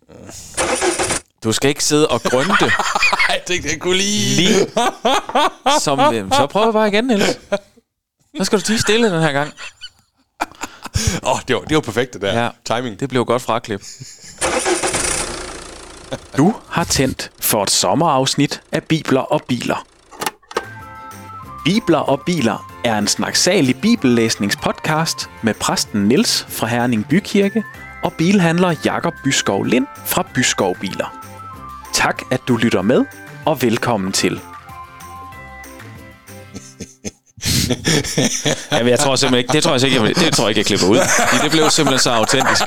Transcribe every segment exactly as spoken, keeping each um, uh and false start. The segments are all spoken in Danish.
Du skal ikke sidde og grønte. Nej, det, det kunne lige... lige som, så prøv bare igen, Niels. Så skal du tige stille den her gang. Åh, oh, det, var, det var perfekt, det der. Ja, timing. Det blev godt fraklip. Du har tændt for et sommerafsnit af Bibler og Biler. Bibler og Biler er en snaksalig bibellæsningspodcast med præsten Niels fra Herning Bykirke og bilhandler Jakob Byskov Lind fra Byskov Biler. Tak, at du lytter med, og velkommen til. Jamen, jeg tror simpelthen ikke, det tror jeg ikke, jeg, det tror jeg ikke, jeg klipper ud. Det blev simpelthen så autentisk.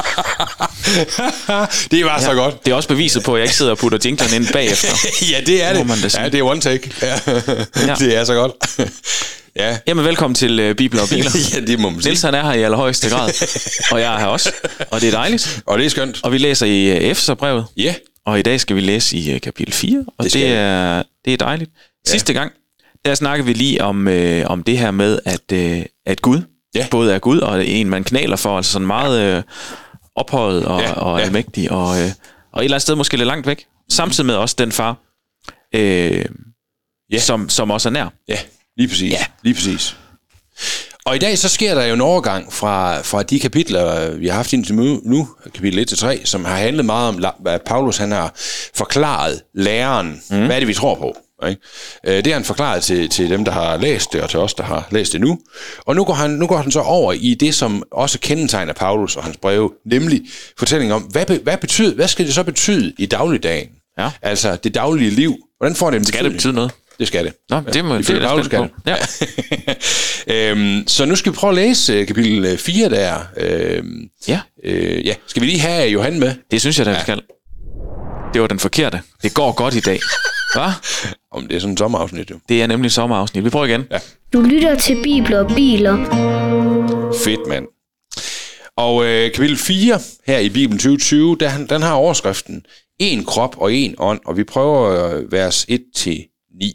Det var ja, så godt. Det er også beviset på, at jeg ikke sidder og putter jinglerne ind bagefter. Ja, det er det. det ja, det er one take. Ja. Ja. Det er så godt. Ja. Jamen, velkommen til uh, Bibler og Biler. Ja, det må man sige. Niels, han er her i allerhøjeste grad. Og jeg er her også. Og det er dejligt. Og det er skønt. Og vi læser i uh, Efeserbrevet. Ja. Yeah. Og i dag skal vi læse i uh, kapitel fire. Og det, det, er, det er dejligt. Ja. Sidste gang, der snakkede vi lige om, øh, om det her med, at, øh, at Gud, ja. både er Gud og en, man knæler for, altså sådan meget øh, ophøjet og, ja. og ja. almægtig, og, øh, og et eller andet sted måske lidt langt væk. Samtidig med også den far, øh, ja. som, som også er nær. Ja, lige præcis. Ja. Lige præcis. Og i dag så sker der jo en overgang fra, fra de kapitler, vi har haft indtil nu, kapitel et til tre, som har handlet meget om, hvad Paulus han har forklaret læreren, mm. hvad er det, vi tror på. Ikke? Det har han forklaret til, til dem, der har læst det, og til os, der har læst det nu. Og nu går, han, nu går han så over i det, som også kendetegner Paulus og hans breve, nemlig fortælling om, hvad, be, hvad, betyder, hvad skal det så betyde i dagligdagen? Ja. Altså det daglige liv. Hvordan får det en Skal det betyde noget? Det skal det. Nå, det må ja, det Paulus skal det. Ja. øhm, så nu skal vi prøve at læse kapitel fire der. Øhm, ja. Øh, ja. Skal vi lige have Johan med? Det synes jeg, da vi ja. skal. Det var den forkerte. Det går godt i dag. Hva? Om det er sådan en sommerafsnit, jo. Det er nemlig et sommerafsnit. Vi prøver igen. Ja. Du lytter til Bibler og Biler. Fedt, mand. Og øh, kapitel fire her i Bibelen tyve tyve, der, den har overskriften En krop og en ånd, og vi prøver øh, vers et til ni.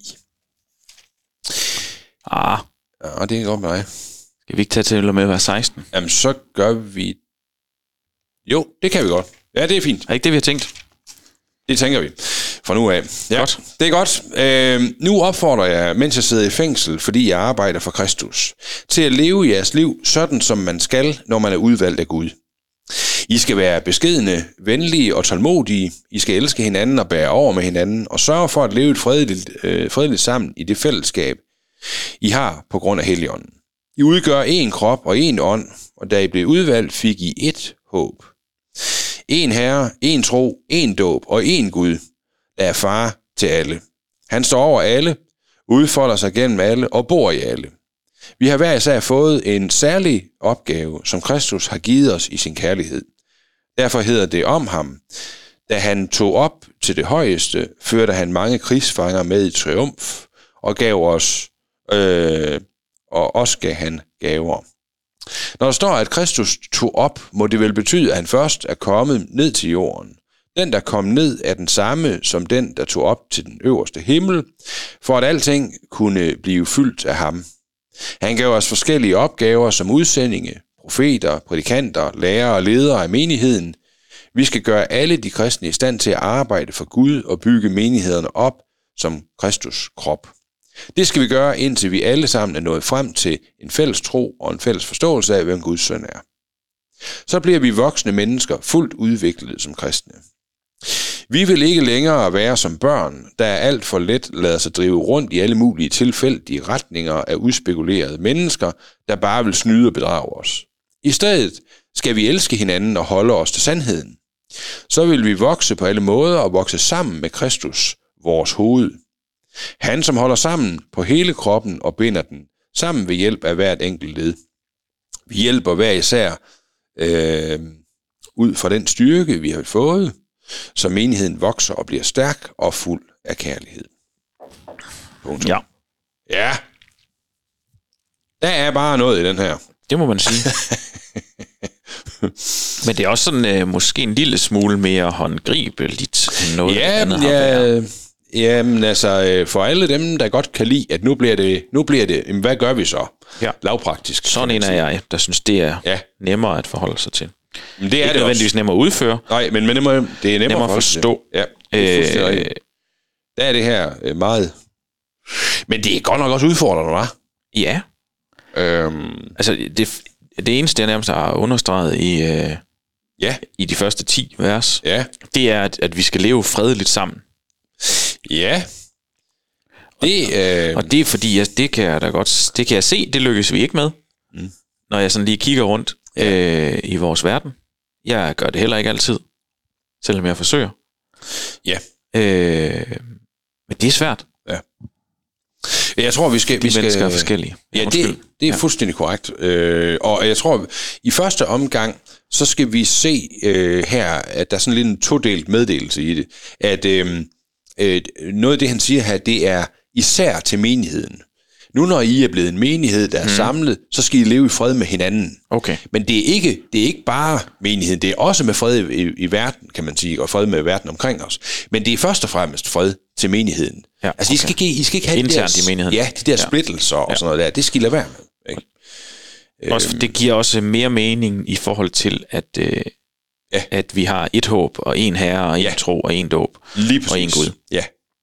Ah. Ja, det er godt med dig. Skal vi ikke tage til og med vers seksten? Jamen, så gør vi... Jo, det kan vi godt. Ja, det er fint. Er ikke det, vi har tænkt? Det tænker vi fra nu af. Ja, godt. Det er godt. Øh, nu opfordrer jeg, mens jeg sidder i fængsel, fordi jeg arbejder for Kristus, til at leve jeres liv sådan, som man skal, når man er udvalgt af Gud. I skal være beskedne, venlige og tålmodige. I skal elske hinanden og bære over med hinanden, og sørge for at leve et fredeligt, øh, fredeligt sammen i det fællesskab, I har på grund af Helligånden. I udgør én krop og én ånd, og da I blev udvalgt, fik I ét håb. En Herre, en tro, en dåb og en Gud, der er far til alle. Han står over alle, udfolder sig gennem alle og bor i alle. Vi har hver især fået en særlig opgave, som Kristus har givet os i sin kærlighed. Derfor hedder det om ham. Da han tog op til det højeste, førte han mange krigsfanger med i triumf og gav os, øh, og os gav han gaver. Når der står, at Kristus tog op, må det vel betyde, at han først er kommet ned til jorden. Den, der kom ned, er den samme som den, der tog op til den øverste himmel, for at alting kunne blive fyldt af ham. Han gav os forskellige opgaver som udsendinge, profeter, prædikanter, lærere og ledere af menigheden. Vi skal gøre alle de kristne i stand til at arbejde for Gud og bygge menighederne op som Kristus krop. Det skal vi gøre, indtil vi alle sammen er nået frem til en fælles tro og en fælles forståelse af, hvem Guds søn er. Så bliver vi voksne mennesker fuldt udviklede som kristne. Vi vil ikke længere være som børn, der er alt for let lader sig drive rundt i alle mulige tilfældige retninger af udspekulerede mennesker, der bare vil snyde og bedrage os. I stedet skal vi elske hinanden og holde os til sandheden. Så vil vi vokse på alle måder og vokse sammen med Kristus, vores hoved. Han, som holder sammen på hele kroppen og binder den, sammen ved hjælp af hvert enkelt led. Vi hjælper hver især øh, ud fra den styrke, vi har fået, så menigheden vokser og bliver stærk og fuld af kærlighed. Punktum. Ja. Ja. Der er bare noget i den her. Det må man sige. Men det er også sådan øh, måske en lille smule mere håndgribeligt end noget ja, andet ja, har været. Jamen altså, for alle dem, der godt kan lide, at nu bliver det, nu bliver det, jamen, hvad gør vi så? Ja. Lavpraktisk. Sådan en er jeg, der synes, det er ja. nemmere at forholde sig til. Men det er ikke det nødvendigvis også. nemmere at udføre. Nej, men, men det, må, det er nemmere, nemmere at forstå. Ja, det er fuldstændig Øh, rigtigt. Der er det her øh, meget... Men det er godt nok også udfordrende, hva'? Ja. Øhm, Altså, det, det eneste, jeg nærmest har understreget i, øh, ja, i de første ti vers, ja, det er, at, at vi skal leve fredeligt sammen. ja. Det, øh, Og det er fordi, jeg, det, kan jeg da godt, det kan jeg se, det lykkes vi ikke med, Mm. når jeg sådan lige kigger rundt øh, i vores verden. Jeg gør det heller ikke altid, selvom jeg forsøger. ja. Øh, men det er svært. Jeg tror, vi skal... De vi skal, mennesker er forskellige. Ja, Undskyld. det, det er fuldstændig korrekt. Øh, og jeg tror, i første omgang, så skal vi se øh, her, at der er sådan lidt en todelt meddelelse i det. At øh, øh, noget af det, han siger her, det er især til menigheden. Nu når I er blevet en menighed, der er mm. samlet, så skal I leve i fred med hinanden. Okay. Men det er ikke, det er ikke bare menigheden, det er også med fred i, i verden, kan man sige, og fred med verden omkring os. Men det er først og fremmest fred til menigheden. Ja, altså, I skal, ikke, I skal ikke have internt de der, i menigheden. ja, de der Ja. splittelser og Ja. sådan noget der. Det skal I lade være med. Ikke? Også, det giver også mere mening i forhold til, at, øh, Ja. at vi har et håb, og en herre, og en Ja. tro, og en dåb, Lige præcis. og en Gud. Ja.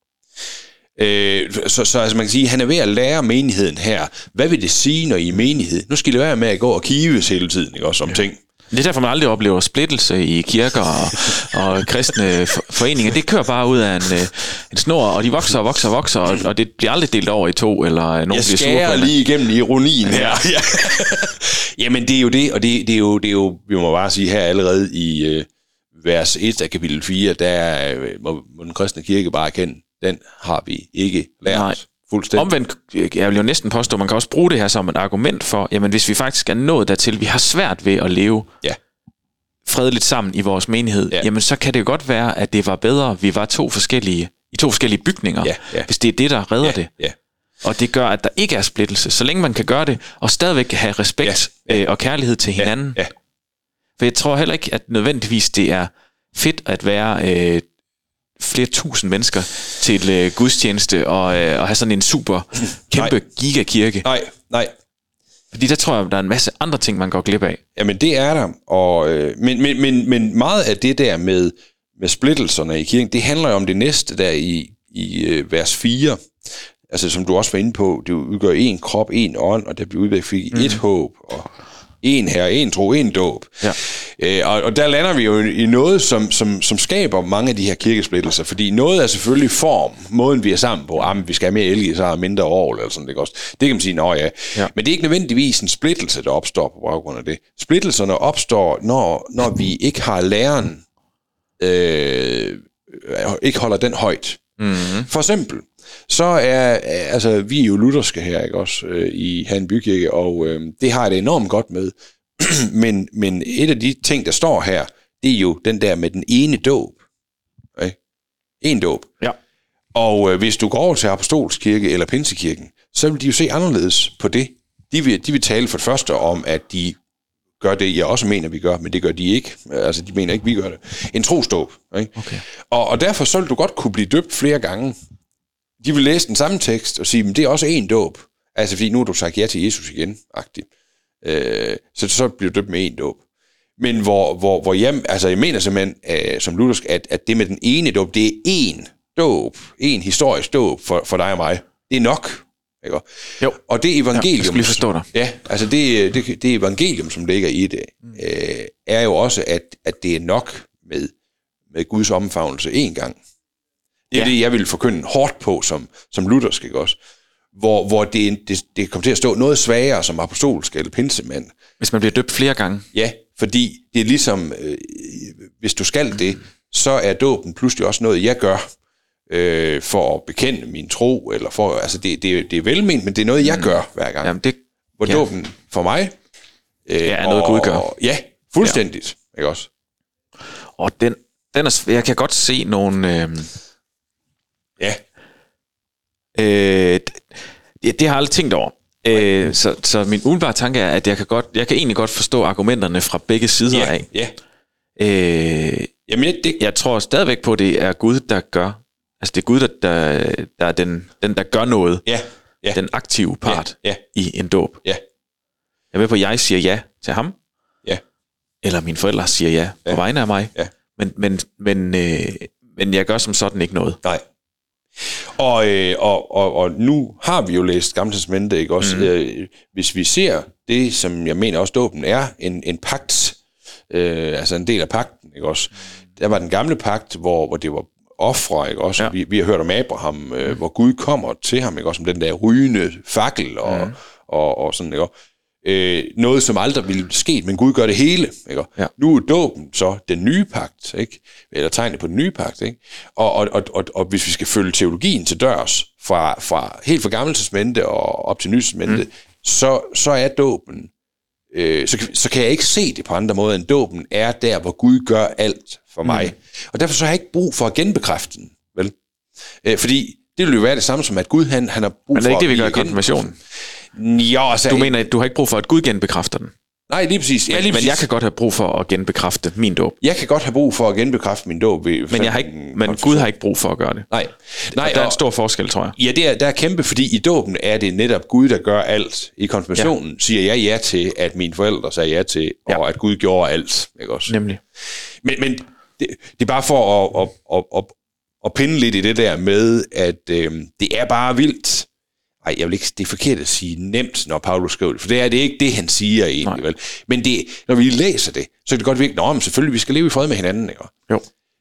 Øh, så, så altså man kan sige, at han er ved at lære menigheden her. Hvad vil det sige, når I er menighed? Nu skal I lade være med at gå og kives hele tiden, ikke? Også om ja. ting. Det er derfor, man aldrig oplever splittelse i kirker og, og kristne for, foreninger. Det kører bare ud af en, øh, en snor, og de vokser og vokser og vokser, og, og det bliver aldrig delt over i to, eller nogen Jeg bliver sure skærer på lige igennem ironien her. Ja. Ja. Jamen, det er jo det, og det, det, er jo, det er jo, vi må bare sige her allerede i øh, vers et af kapitel fire, der øh, må, må den kristne kirke bare erkende, den har vi ikke lært. Nej. Fuldstændig. Omvendt, jeg vil jo næsten påstå, man kan også bruge det her som et argument for, jamen hvis vi faktisk er nået dertil, vi har svært ved at leve Ja. fredeligt sammen i vores menighed, Ja. jamen så kan det jo godt være, at det var bedre, vi var to forskellige, i to forskellige bygninger, Ja, ja. hvis det er det, der redder Ja, det. ja. Og det gør, at der ikke er splittelse, så længe man kan gøre det, og stadigvæk have respekt Ja, ja. Øh, og kærlighed til hinanden. Ja, ja. For jeg tror heller ikke, at nødvendigvis det er fedt at være øh, flere tusind mennesker til øh, gudstjeneste og, øh, og have sådan en super kæmpe gigakirke. Nej, nej. Fordi der tror jeg, der er en masse andre ting, man går glip af. Jamen, det er der. Og, øh, men, men, men, men meget af det der med, med splittelserne i kirken, det handler jo om det næste der i, i øh, vers fire. Altså, som du også var inde på, det udgør en krop, en ånd, og der bliver udviklet mm. et håb, og en herre, en tro, en dåb. Ja. Øh, og, og der lander vi jo i noget, som, som, som skaber mange af de her kirkesplittelser, fordi noget er selvfølgelig form, måden vi er sammen på. Jamen, vi skal have mere elge, så har mindre orgel, eller sådan det også. Det kan man sige, nå ja. ja. Men det er ikke nødvendigvis en splittelse, der opstår på baggrund af det. Splittelserne opstår, når, når vi ikke har læren, øh, ikke holder den højt. Mm-hmm. For eksempel, så er, altså, vi er jo lutherske her, ikke også, øh, i Han Bykirke, og øh, det har jeg det enormt godt med. men, men et af de ting, der står her, det er jo den der med den ene dåb. Okay? En dåb. Ja. Og øh, hvis du går over til Apostolskirke eller Pinsekirken, så vil de jo se anderledes på det. De vil, de vil tale for det første om, at de gør det, jeg også mener, vi gør, men det gør de ikke. Altså, de mener ikke, vi gør det. En trosdåb. Ikke? Okay. Og, og derfor så vil du godt kunne blive døbt flere gange. De vil læse den samme tekst og sige, at det er også en dåb. Altså, fordi nu har du sagt ja til Jesus igen, agtigt. Øh, så så bliver du døbt med en dåb. Men hvor, hvor, hvor jeg, altså, jeg mener simpelthen, øh, som luthersk, at, at det med den ene dåb, det er én dåb, en historisk dåb for, for dig og mig. Det er nok. Ikke? Jo. Og det evangelium, ja, jeg skal lige forstå dig. Ja, altså det, det, det evangelium, som ligger i det, mm. øh, er jo også, at, at det er nok med, med Guds omfavnelse én gang. Det er ja. det, jeg vil forkynde hårdt på som, som luthersk, ikke også? Hvor, hvor det, det, det kommer til at stå noget svagere som apostolsk eller pinsemand. Hvis man bliver døbt flere gange. Ja, fordi det er ligesom, øh, hvis du skal det, så er dåben pludselig også noget, jeg gør øh, for at bekende min tro, eller for, altså det, det, det er velment, men det er noget, jeg gør hver gang. Jamen det, hvor ja. dåben for mig øh, ja, er noget, Gud gør. Og, ja, fuldstændigt, ja. Ikke også? Og den, den er, jeg kan godt se nogle... Øh, ja. Øh, det, det har jeg aldrig tænkt over. Øh, så, så min umiddelbare tanke er, at jeg kan, godt, jeg kan egentlig godt forstå argumenterne fra begge sider ja, af. Ja. Øh, Jamen, det... Jeg tror stadigvæk på, at det er Gud, der gør. Altså det er Gud, der, der, der er den, den, der gør noget. Ja. Ja. Den aktive part ja. Ja. i en dåb. Ja. Jeg er med på, at jeg siger ja til ham. Ja. eller mine forældre siger ja, ja. på vegne af mig, ja. men, men, men, øh, men jeg gør som sådan ikke noget. Nej. Og, øh, og, og, og nu har vi jo læst Gamle Testamente, ikke også? Mm. Øh, hvis vi ser det, som jeg mener også dåben er, en, en pagt, øh, altså en del af pagten, ikke også? Der var den gamle pagt, hvor, hvor det var ofre, ikke også? Ja. Vi, vi har hørt om Abraham, øh, mm. hvor Gud kommer til ham, ikke også? Som den der rygende fakkel og, mm. og, og sådan, ikke også? Øh, noget, som aldrig ville ske, men Gud gør det hele, ikke? Ja. Nu er dåben så den nye pagt, ikke? Eller tegnet på den nye pagt, ikke? Og, og, og, og, og hvis vi skal følge teologien til dørs, fra, fra helt fra Gamle Testamente og op til Nye Testamente, mm. så, så er dåben, øh, så, så kan jeg ikke se det på andre måder, end dåben er der, hvor Gud gør alt for mig. Mm. Og derfor så har jeg ikke brug for at genbekræfte den, vel? Øh, fordi det vil jo være det samme som, at Gud han, han har brug for... Men er det ikke det, vi gør i konfirmationen? Jo, altså... Du mener, at du har ikke brug for, at Gud genbekræfter den? Nej, lige præcis. Ja, lige men, præcis. Men jeg kan godt have brug for at genbekræfte min dåb. Jeg kan godt have brug for at genbekræfte min dåb. Men, jeg har ikke, men Gud har ikke brug for at gøre det. Nej. Nej, og der er en stor forskel, tror jeg. Ja, det er, der er kæmpe, fordi i dåben er det netop Gud, der gør alt. I konfirmationen ja. siger jeg ja til, at mine forældre sagde ja til, og ja. at Gud gjorde alt. Ikke også? Nemlig. Men, men det, det er bare for at, at, at, at, at pinde lidt i det der med, at øh, det er bare vildt. Ej, jeg vil ikke, det er forkert at sige nemt, når Paulus skriver det, for det er det ikke det, han siger egentlig, vel? Men det, når vi læser det, så er det godt vigtigt, at selvfølgelig, vi skal leve i fred med hinanden, ikke? Jo.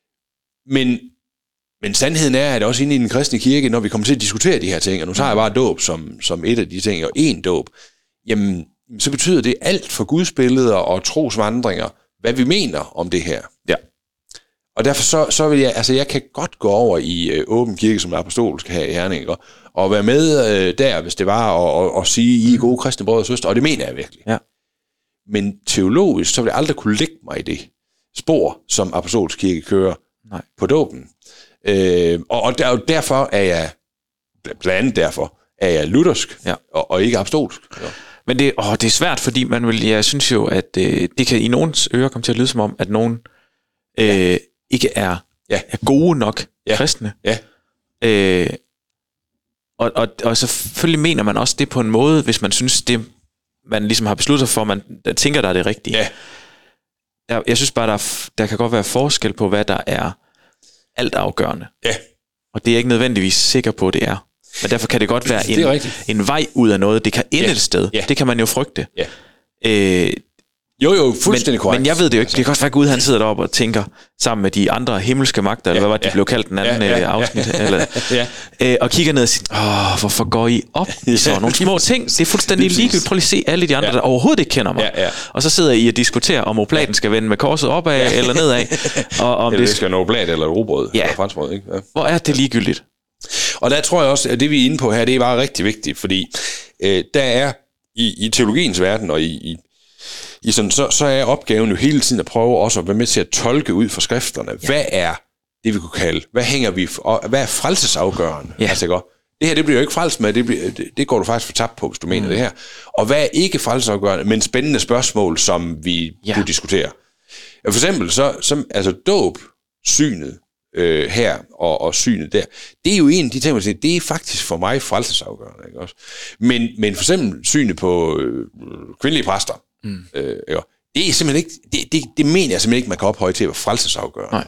Men, men sandheden er, at også inde i den kristne kirke, når vi kommer til at diskutere de her ting, og nu tager jeg bare dåb som, som et af de ting, og en dåb, jamen, så betyder det alt for gudsbilleder og trosvandringer, hvad vi mener om det her. Ja. Og derfor så, så vil jeg, altså jeg kan godt gå over i øh, åben kirke, som apostolisk her i Herning, ikke? Og være med øh, der, hvis det var, og, og, og sige, I er gode kristne brødre og søstre, og det mener jeg virkelig. Ja. Men teologisk, så vil jeg aldrig kunne lægge mig i det spor, som apostolisk kirke kører Nej. på dåben. Øh, og, og, der, og derfor er jeg, blandt andet derfor, er jeg luthersk, ja. og, og ikke apostolisk. Ja. Men det, åh, det er svært, fordi man vil, jeg synes jo, at øh, det kan i nogens ører komme til at lyde som om, at nogen øh, ja. ikke er, ja. er gode nok ja. kristne. Ja. Øh, og, og, og selvfølgelig mener man også det på en måde, hvis man synes, det man ligesom har besluttet for, man tænker, der er det rigtige. Ja. Jeg, jeg synes bare, der, er, der kan godt være forskel på, hvad der er altafgørende. Ja. Og det er jeg ikke nødvendigvis sikker på, det er. Men derfor kan det godt være en, det en vej ud af noget. Det kan ende ja. et sted. Ja. Det kan man jo frygte. Ja. Øh, Jo, jo, fuldstændig men, korrekt. Men jeg ved det jo ikke. Det kan også være, at Gud han sidder deroppe og tænker sammen med de andre himmelske magter, ja, eller hvad var det, de ja, blev kaldt den anden ja, ja, ja, afsnit, eller, ja. øh, og kigger ned og siger, åh, hvorfor går I op i sådan nogle små ting? Det er fuldstændig ligegyldigt. Prøv lige at se alle de andre, ja. der overhovedet ikke kender mig. Ja, ja. Og så sidder I og diskuterer, om oplaten skal vende med korset opad ja. eller nedad. Og om eller det skal være oblat eller robrød, ja. eller franskbrød, ikke? Ja. Hvor er det ligegyldigt? Og der tror jeg også, at det vi er inde på her, det er bare rigtig vigtigt, fordi øh, der er i, i teologiens verden og i, i I sådan, så, så er opgaven jo hele tiden at prøve også at være med til at tolke ud fra skrifterne. Ja. Hvad er det, vi kunne kalde? Hvad hænger vi for? Hvad er frelsesafgørende? Ja. Altså, ikke? Det her, det bliver jo ikke frelst med, det, bliver, det, det går du faktisk for tabt på, hvis du mener mm. det her. Og hvad er ikke frelsesafgørende, men spændende spørgsmål, som vi ja. kunne diskutere? For eksempel, så, som, altså dåb, synet øh, her og, og synet der, det er jo en af de ting, man siger, det er faktisk for mig frelsesafgørende. Ikke også? Men, men for eksempel synet på øh, kvindelige præster, Mm. Øh, det er simpelthen ikke, det, det, det mener jeg simpelthen ikke, man kan ophøje til at være frelsesafgørende.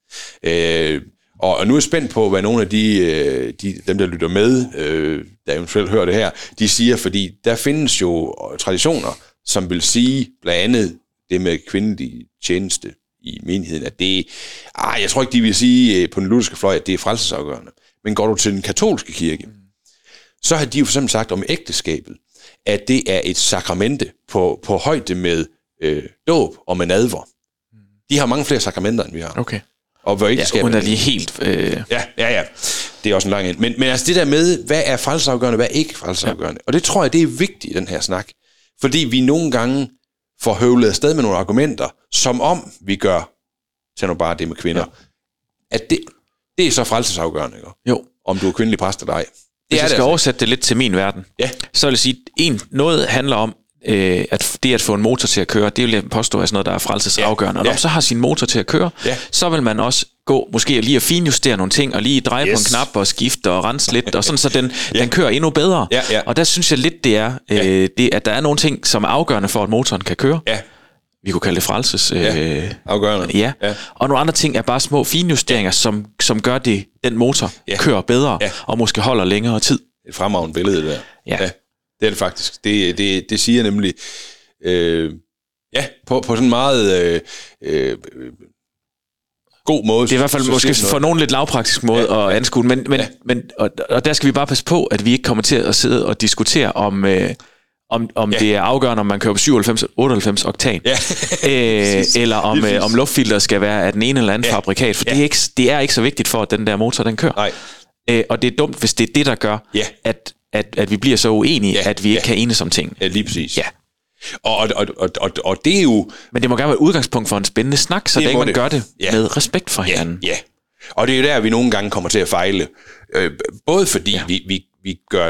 Øh, og, og nu er jeg spændt på, hvad nogle af de, de dem, der lytter med, øh, der eventuelt hører det her, de siger, fordi der findes jo traditioner, som vil sige blandt andet det med kvindelig tjeneste i menigheden, at det ah, jeg tror ikke, de vil sige på den lutherske fløj, at det er frelsesafgørende. Men går du til den katolske kirke, mm. så har de jo for eksempel sagt om ægteskabet, at det er et sakramente på, på højde med øh, dåb og med nadver. De har mange flere sakramenter, end vi har. Okay. Og hvor ægteskabet... Ja, hun er lige helt... Øh... Ja, ja, ja. Det er også en lang end. Men, men altså det der med, hvad er frelsesafgørende, hvad er ikke frelsesafgørende? Ja. Og det tror jeg, det er vigtigt i den her snak. Fordi vi nogle gange får høvlet afsted med nogle argumenter, som om vi gør, tag nu bare det med kvinder, ja. at det, det er så frelsesafgørende, ikke? Jo. Om du er kvindelig præst eller ej. Hvis jeg skal altså oversætte det lidt til min verden, ja. så vil jeg sige, en, noget handler om, øh, at det at få en motor til at køre, det vil jeg påstå er sådan noget, der er frelsesafgørende. Ja. Og når man så har sin motor til at køre, ja. så vil man også gå måske lige at finjustere nogle ting, og lige dreje yes. på en knap og skifte og rense lidt, og sådan så den, ja. den kører endnu bedre. Ja, ja. Og der synes jeg lidt, det er, øh, ja. det, at der er nogle ting, som er afgørende for, at motoren kan køre. Ja. vi kunne kalde det frelses... Ja, øh, afgørende. Ja. ja, og nogle andre ting er bare små finjusteringer, ja. som, som gør det, den motor ja. kører bedre, ja. og måske holder længere tid. Et fremragende billede der. Ja. ja. Det er det faktisk. Det, det, det siger nemlig... Øh, ja, på, på sådan en meget... Øh, øh, god måde. Det er i hvert fald måske for nogen lidt lavpraktisk måde ja, at anskue, men, men, ja. men og, og der skal vi bare passe på, at vi ikke kommer til at sidde og diskutere om, øh, om, om ja. det er afgørende, om man køber syvoghalvfems otteoghalvfems oktan, ja. øh, eller om, øh, om luftfilter skal være af den ene eller anden ja. fabrikat, for ja. det, er ikke, det er ikke så vigtigt for, at den der motor, den kører. Nej. Øh, og det er dumt, hvis det er det, der gør, ja. at, at, at vi bliver så uenige, ja. at vi ikke ja. kan enes om ting. Ja, lige præcis. Ja. Og, og, og, og, og det er jo... Men det må gerne være udgangspunkt for en spændende snak, så det længe man det. gør det ja. med respekt for hinanden. Ja, ja, og det er jo der, vi nogle gange kommer til at fejle. Øh, både fordi ja. vi, vi, vi gør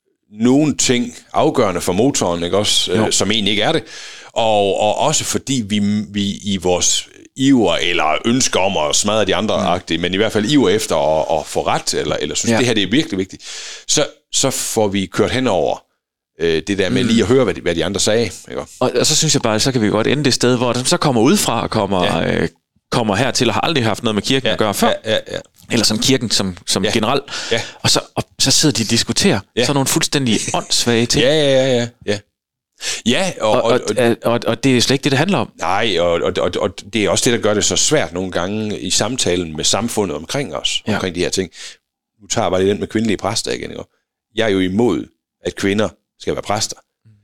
nogle ting afgørende for motoren, ikke også, øh, som egentlig ikke er det. Og, og også fordi vi, vi i vores iver eller ønsker om at smadre de andre, mm. agtige, men i hvert fald iver efter at, at få ret, eller, eller synes, ja. det her det er virkelig vigtigt, så, så får vi kørt hen over det der med lige at høre, hvad de, hvad de andre sagde. Ikke? Og, og så synes jeg bare, så kan vi godt ende det sted, hvor det så kommer udefra og kommer, ja. øh, kommer hertil og har aldrig haft noget med kirken ja. at gøre før. Ja, ja, ja. Eller som kirken som, som ja. generelt. Ja. Og, så, og så sidder de og diskuterer ja. sådan nogle fuldstændig åndssvage ting. Ja, ja, ja. ja. Ja, og, og, og, og, og, og det er slet ikke det, det handler om. Nej, og, og, og, og det er også det, der gør det så svært nogle gange i samtalen med samfundet omkring os, ja. omkring de her ting. Nu tager jeg bare lige den med kvindelige præster igen. Ikke? Jeg er jo imod, at kvinder skal være præster.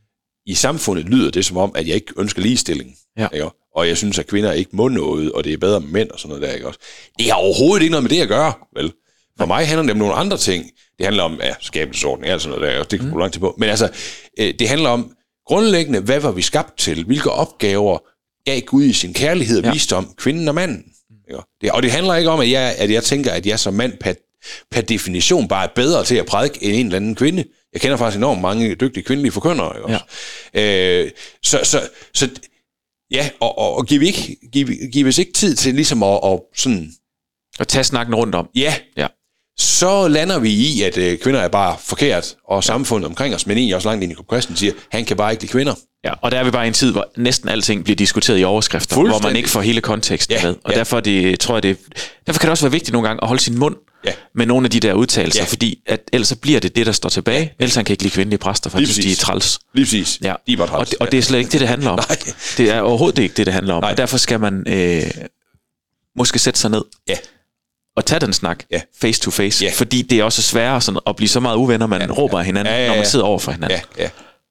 I samfundet lyder det som om, at jeg ikke ønsker ligestilling. Ja. Ikke? Og jeg synes, at kvinder ikke må noget, og det er bedre med mænd og sådan noget der. Ikke? Det har overhovedet ikke noget med det at gøre, vel? For mig handler det om nogle andre ting. Det handler om ja, skabelsesordning og sådan noget der, det kan mm. langt til på. Men altså, det handler om grundlæggende, hvad var vi skabt til? Hvilke opgaver gav Gud i sin kærlighed og ja. visdom kvinden og manden? Ikke? Og det handler ikke om, at jeg, at jeg tænker, at jeg som mand per, per definition bare er bedre til at prædike end en eller anden kvinde. Jeg kender faktisk enormt mange dygtige kvindelige forkyndere. Ikke også? Ja. Øh, så, så, så ja, og, og, og giv, vi ikke, giv, giv os ikke tid til ligesom at, at sådan... At tage snakken rundt om. Ja, ja. Så lander vi i, at øh, kvinder er bare forkert, og samfundet omkring os, men egentlig også langt ind i Kristen siger, han kan bare ikke lide kvinder. Ja, og der er vi bare i en tid, hvor næsten alting bliver diskuteret i overskrifter, hvor man ikke får hele konteksten ja, med. Og ja. derfor, det, tror jeg, det, derfor kan det også være vigtigt nogle gange at holde sin mund ja. med nogle af de der udtalelser, ja. fordi at ellers så bliver det det, der står tilbage. Ja. Ellers han kan ikke lide kvindelige præster, for synes, de er træls. Lige præcis. Ja. De er bare træls. Og, og det er slet ikke det, det handler om. Nej. Det er overhovedet ikke det, det handler om. Nej. Og derfor skal man øh, måske sætte sig ned. Ja. Og tage den snak ja. face to face, ja. fordi det er også sværere sådan, at blive så meget uvenner, man ja, råber af hinanden, ja, ja, ja. når man sidder over for hinanden. Ja, ja.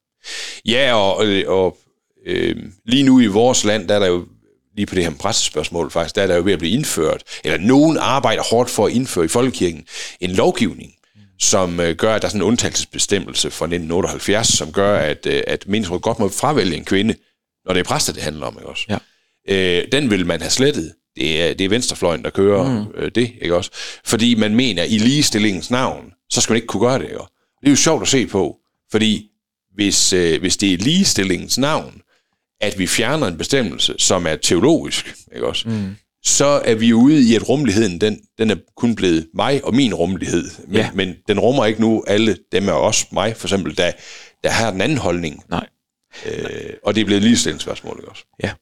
ja og, og øh, lige nu i vores land, der er der jo, lige på det her præstespørgsmål faktisk, der er der jo ved at blive indført, eller nogen arbejder hårdt for at indføre i folkekirken, en lovgivning, mm. som øh, gør, at der er sådan en undtagelsesbestemmelse fra nitten otteoghalvfjerds, som gør, at, øh, at menighedsrådet godt må fravælge en kvinde, når det er præster, det handler om, ikke også? Ja. Øh, den vil man have slettet. Det er, det er venstrefløjen, der kører mm. øh, det, ikke også? Fordi man mener, i ligestillingens navn, så skal man ikke kunne gøre det, ikke? Det er jo sjovt at se på, fordi hvis, øh, hvis det er ligestillingens navn, at vi fjerner en bestemmelse, som er teologisk, ikke også? Mm. Så er vi ude i, at rummeligheden, den, den er kun blevet mig og min rummelighed, men, ja. men den rummer ikke nu alle dem af os, mig for eksempel, der, der har den anden holdning. Nej. Øh, og det er blevet ligestillingsspørgsmål, ikke også? Ja.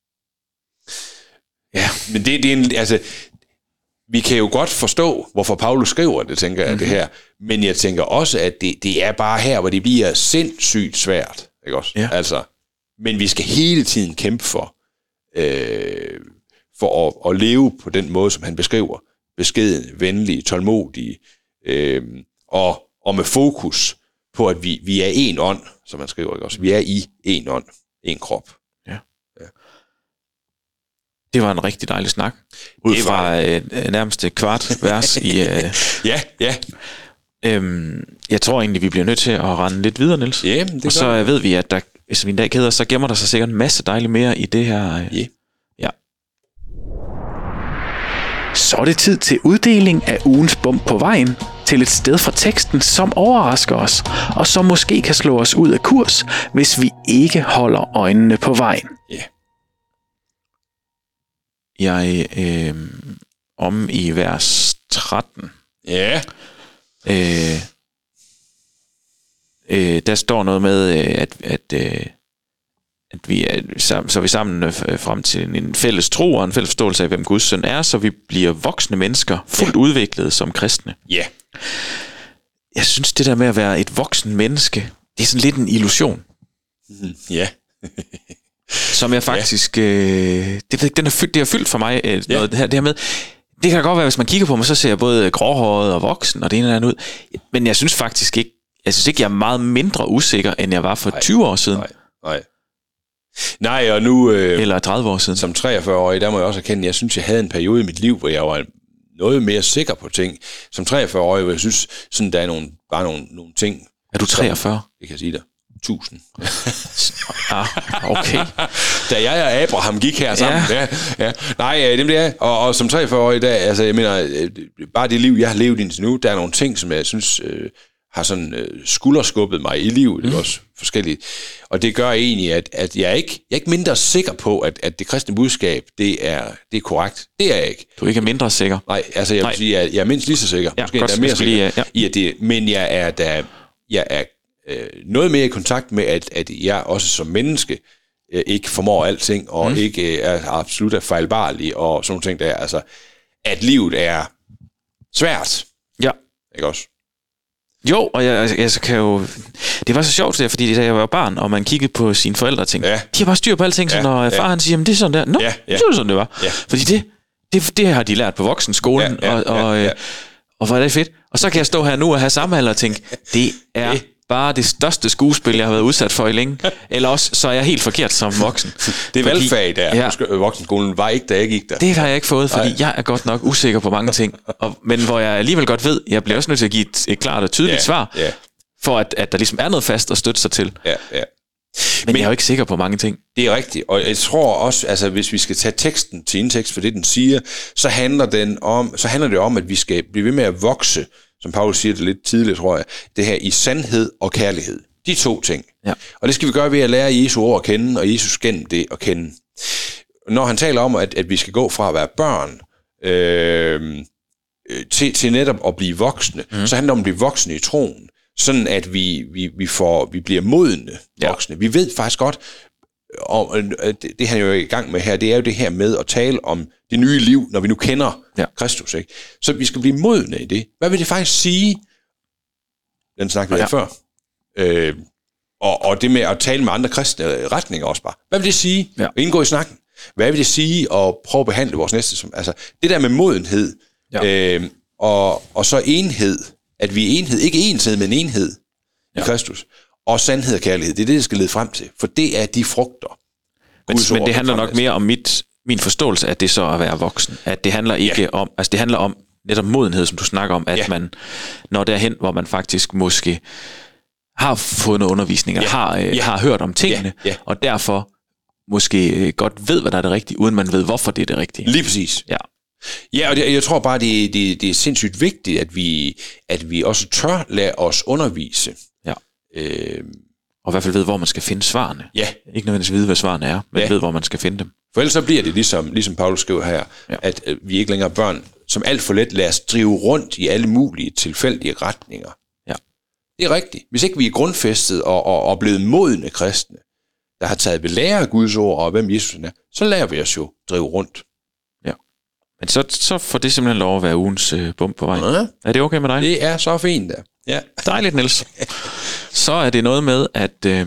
Ja, men det, det er en, altså, vi kan jo godt forstå, hvorfor Paulus skriver det, tænker jeg, mm-hmm. det her. Men jeg tænker også, at det, det er bare her, hvor det bliver sindssygt svært, ikke også? Ja. Altså, men vi skal hele tiden kæmpe for, øh, for at, at leve på den måde, som han beskriver. Beskeden, venlige, tålmodige, øh, og, og med fokus på, at vi, vi er en ånd, som han skriver, ikke også? Vi er i en ånd, en krop. Det var en rigtig dejlig snak. Ud det fra øh, nærmest et kvart vers i... Øh, ja, ja. Øhm, jeg tror egentlig, vi bliver nødt til at rende lidt videre, Niels. Ja, det og så øh, ved vi, at der, hvis vi en dag keder, så gemmer der sig sikkert en masse dejligt mere i det her. Øh, yeah. Ja. Så er det tid til uddeling af ugens bump på vejen til et sted fra teksten, som overrasker os, og som måske kan slå os ud af kurs, hvis vi ikke holder øjnene på vejen. Ja. Yeah. Jeg øh, om i vers tretten. Ja. Øh, øh, der står noget med, at, at, øh, at vi er, så, så er vi sammen øh, frem til en, en fælles tro og en fælles forståelse af, hvem Guds søn er, så vi bliver voksne mennesker, fuldt ja. udviklede som kristne. Ja. Yeah. Jeg synes, det der med at være et voksen menneske, det er sådan lidt en illusion. Ja. Yeah. Som jeg faktisk... Ja. Øh, det, den er fyldt, det har fyldt for mig, øh, noget, det, her, det her med... Det kan godt være, hvis man kigger på mig, så ser jeg både gråhåret og voksen og det ene eller andet ud. Men jeg synes faktisk ikke... Jeg synes ikke, jeg er meget mindre usikker, end jeg var for nej, tyve år siden. Nej, nej. Nej, og nu... Øh, eller tredive år siden. Som treogfyrre-årig, der må jeg også erkende, jeg synes, jeg havde en periode i mit liv, hvor jeg var noget mere sikker på ting. Som treogfyrre-årig, hvor jeg synes, sådan, der er nogle, bare nogle, nogle ting... Er du treogfyrre? Som, jeg kan sige det. Tusind. Ah, okay. Da jeg og Abraham gik her sammen. Ja. Ja, ja. Nej, det bliver jeg. Og, og som treogfyrre-årig, der, altså, jeg mener, bare det liv, jeg har levet indtil nu, der er nogle ting, som jeg synes... Øh, har sådan øh, skulderskubbet mig i livet, mm. det er også forskelligt. Og det gør egentlig, at, at jeg, er ikke, jeg er ikke mindre sikker på, at, at det kristne budskab, det er, det er korrekt. Det er jeg ikke. Du er ikke mindre sikker? Nej, altså jeg vil sige, at jeg er mindst lige så sikker. Ja, Måske godt, jeg er mere sikker lige, ja. i, at det, men jeg er, der, jeg er øh, noget mere i kontakt med, at, at jeg også som menneske øh, ikke formår alting, og mm. ikke øh, er absolut er fejlbarlig, og sådan nogle ting der. Altså, at livet er svært. Ja. Ikke også? Jo, og jeg, jeg, jeg kan jo... Det var så sjovt, der, fordi da jeg var barn, og man kiggede på sine forældre og tænkte, ja. de har bare styr på alting, så ja, når far ja. han siger, men det er sådan der. Nå, ja, ja. så er det sådan, det var. Ja. Fordi det, det, det har de lært på voksenskolen, ja, ja, og, og, ja, ja. og hvor er det fedt. Og så kan jeg stå her nu og have samme alder og tænke, det er bare det største skuespil, jeg har været udsat for i længe. Eller også, så er jeg helt forkert som voksen. Det er valgfag der. Ja, voksenskolen var ikke, da jeg gik der. Det har jeg ikke fået, fordi Nej. jeg er godt nok usikker på mange ting. Og, men hvor jeg alligevel godt ved, jeg bliver også nødt til at give et, et klart og tydeligt ja, svar, ja. for at, at der ligesom er noget fast at støtte sig til. Ja, ja. Men, men jeg er jo ikke sikker på mange ting. Det er rigtigt, og jeg tror også, altså hvis vi skal tage teksten til indtekst for det, den siger, så handler, den om, så handler det om, at vi skal blive ved med at vokse, som Paulus siger det lidt tidligere, tror jeg, det her i sandhed og kærlighed. De to ting. Ja. Og det skal vi gøre ved at lære Jesu ord at kende, og Jesus gennem det at kende. Når han taler om, at, at vi skal gå fra at være børn øh, til, til netop at blive voksne, mm. så handler det om at blive voksne i troen. Sådan at vi, vi, vi, får, vi bliver modne voksne. Ja. Vi ved faktisk godt, og det, det han er jo i gang med her, det er jo det her med at tale om det nye liv, når vi nu kender ja. Kristus. Ikke? Så vi skal blive modne i det. Hvad vil det faktisk sige? Den snakkede vi ja. før. Øh, og, og det med at tale med andre kristne retninger også bare. Hvad vil det sige? Ja. At indgå i snakken. Hvad vil det sige at prøve at behandle vores næste? Som, altså, det der med modenhed, ja. øh, og, og så enhed, at vi er enhed, ikke enhed, men enhed ja. i Kristus. Og sandhed og kærlighed, det er det, det skal lede frem til. For det er de frugter. Men, men det handler nok mere om mit, min forståelse af det så at være voksen. At det handler ikke ja. om, altså det handler om netop modenhed, som du snakker om, at ja. man når derhen, hvor man faktisk måske har fået noget undervisning, eller ja. har, øh, ja. har hørt om tingene, ja. Ja. og derfor måske øh, godt ved, hvad der er det rigtige, uden man ved, hvorfor det er det rigtige. Lige præcis. Ja. Ja, og det, jeg tror bare, det, det, det er sindssygt vigtigt, at vi, at vi også tør lade os undervise. Ja. Øh, og i hvert fald ved, hvor man skal finde svarene. Ja. Ikke nødvendigvis vide, hvad svarene er, men ja. ved, hvor man skal finde dem. For ellers så bliver det ligesom, ligesom Paulus skriver her, ja. at øh, vi ikke længere er børn, som alt for let lader os drive rundt i alle mulige tilfældige retninger. Ja. Det er rigtigt. Hvis ikke vi er grundfæstet og, og, og blevet modne kristne, der har taget ved lære af Guds ord og hvem Jesus er, så lærer vi os jo drive rundt. Men så, så får det simpelthen lov at være ugens øh, bump på vej. Ja. Er det okay med dig? Det er så fint da. Ja. Dejligt, Niels. Så er det noget med, at øh,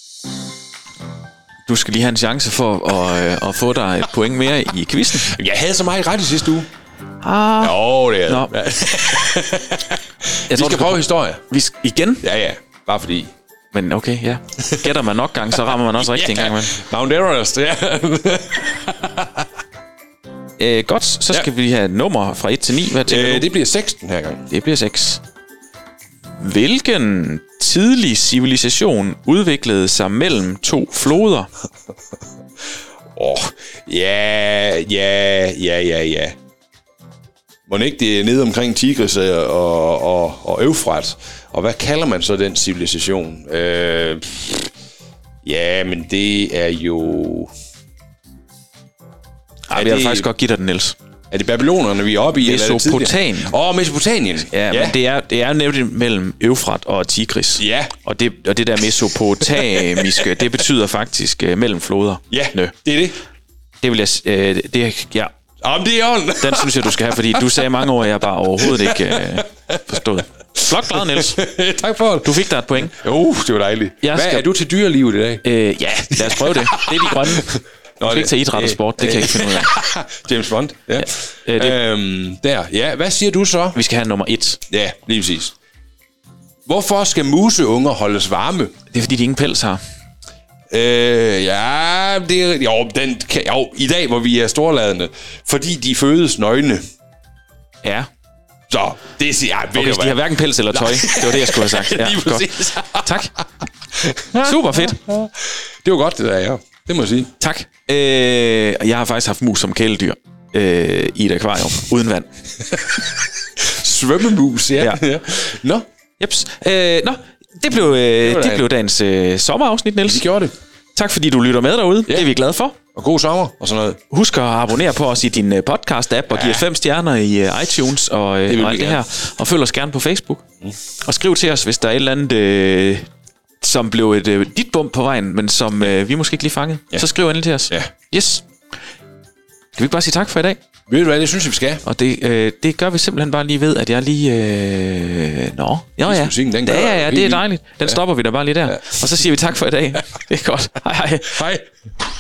du skal lige have en chance for at, øh, at få dig et point mere i quizzen. Jeg havde så meget ret i sidste uge. Ah. Jo, det er Nå. det. Vi skal prøve historie. Vi skal, igen? Ja, ja. Bare fordi. Men okay, ja. Gætter man nok gang, så rammer man også rigtig ja. en gang. Men. Mount Everest, ja. Æh, godt, så skal ja. vi have et nummer fra et til ni. Hvad tænker øh, du? Det bliver seks den her gang. Det bliver seks. Hvilken tidlig civilisation udviklede sig mellem to floder? Åh, oh, ja, ja, ja, ja, ja. Må ikke det er nede omkring Tigris og, og, og Eufrat? Og hvad kalder man så den civilisation? Øh, ja, men det er jo... Ej, jeg vil faktisk godt give dig den, Niels. Er det babylonerne, vi er oppe i? Mesopotamien. Åh, oh, Mesopotamien. Ja, ja, men det er, det er nemlig mellem Eufrat og Tigris. Ja. Og det, og det der mesopotamiske, det betyder faktisk uh, mellem floder. Ja, Nø. det er det. Det vil jeg... Uh, det, ja. Om det er ånd. Den synes jeg, du skal have, fordi du sagde mange år, jeg bare overhovedet ikke uh, forstået. Flot klaret, Niels. Tak for det. Du fik dig et point. Uh, det var dejligt. Jeg Hvad skal... er du til dyrelivet i dag? Øh, ja, lad os prøve det. Det er de grønne. Nå, det ikke til idræt og sport, det kan jeg ikke finde ud af. James Bond, ja. Øh, det... øhm, der, ja. Hvad siger du så? Vi skal have nummer et. Ja, lige præcis. Hvorfor skal museunger holdes varme? Det er, fordi de ingen pels har. Øh, ja, det er... Jo, den kan, jo, i dag, hvor vi er storladende. Fordi de fødes nøgne. Ja. Så, det siger jeg. Okay, de har hverken pels eller tøj. Det var det, jeg skulle have sagt. Ja, lige præcis. Tak. Super fedt. Det var godt, det der, ja. Det må jeg sige. Tak. Øh, jeg har faktisk haft mus som kæledyr øh, i et akvarium, uden vand. Svømmemus, ja. ja. ja. Nå. Jeps. Øh, nå, det blev, øh, det, det blev dagens øh, sommerafsnit, Niels. Vi gjorde det. Tak fordi du lytter med derude. Ja. Det er vi glade for. Og god sommer og sådan noget. Husk at abonnere på os i din podcast-app og ja. Give os fem stjerner i uh, iTunes og, uh, det og alt det her. Og følg os gerne på Facebook. Mm. Og skriv til os, hvis der er et eller andet, øh, som blev et øh, dit bump på vejen, men som øh, vi måske ikke lige fangede. Ja. Så skriv endelig til os. Ja. Yes. Kan vi ikke bare sige tak for i dag? Ved du hvad, det synes jeg, vi skal. Og det, øh, det gør vi simpelthen bare lige ved, at jeg lige... Øh... Nå, ja, ja. Musikken, den ja, ja, ja, det er dejligt. Den ja. stopper vi da bare lige der. Ja. Og så siger vi tak for i dag. Det er godt. Hej, hej. Hej.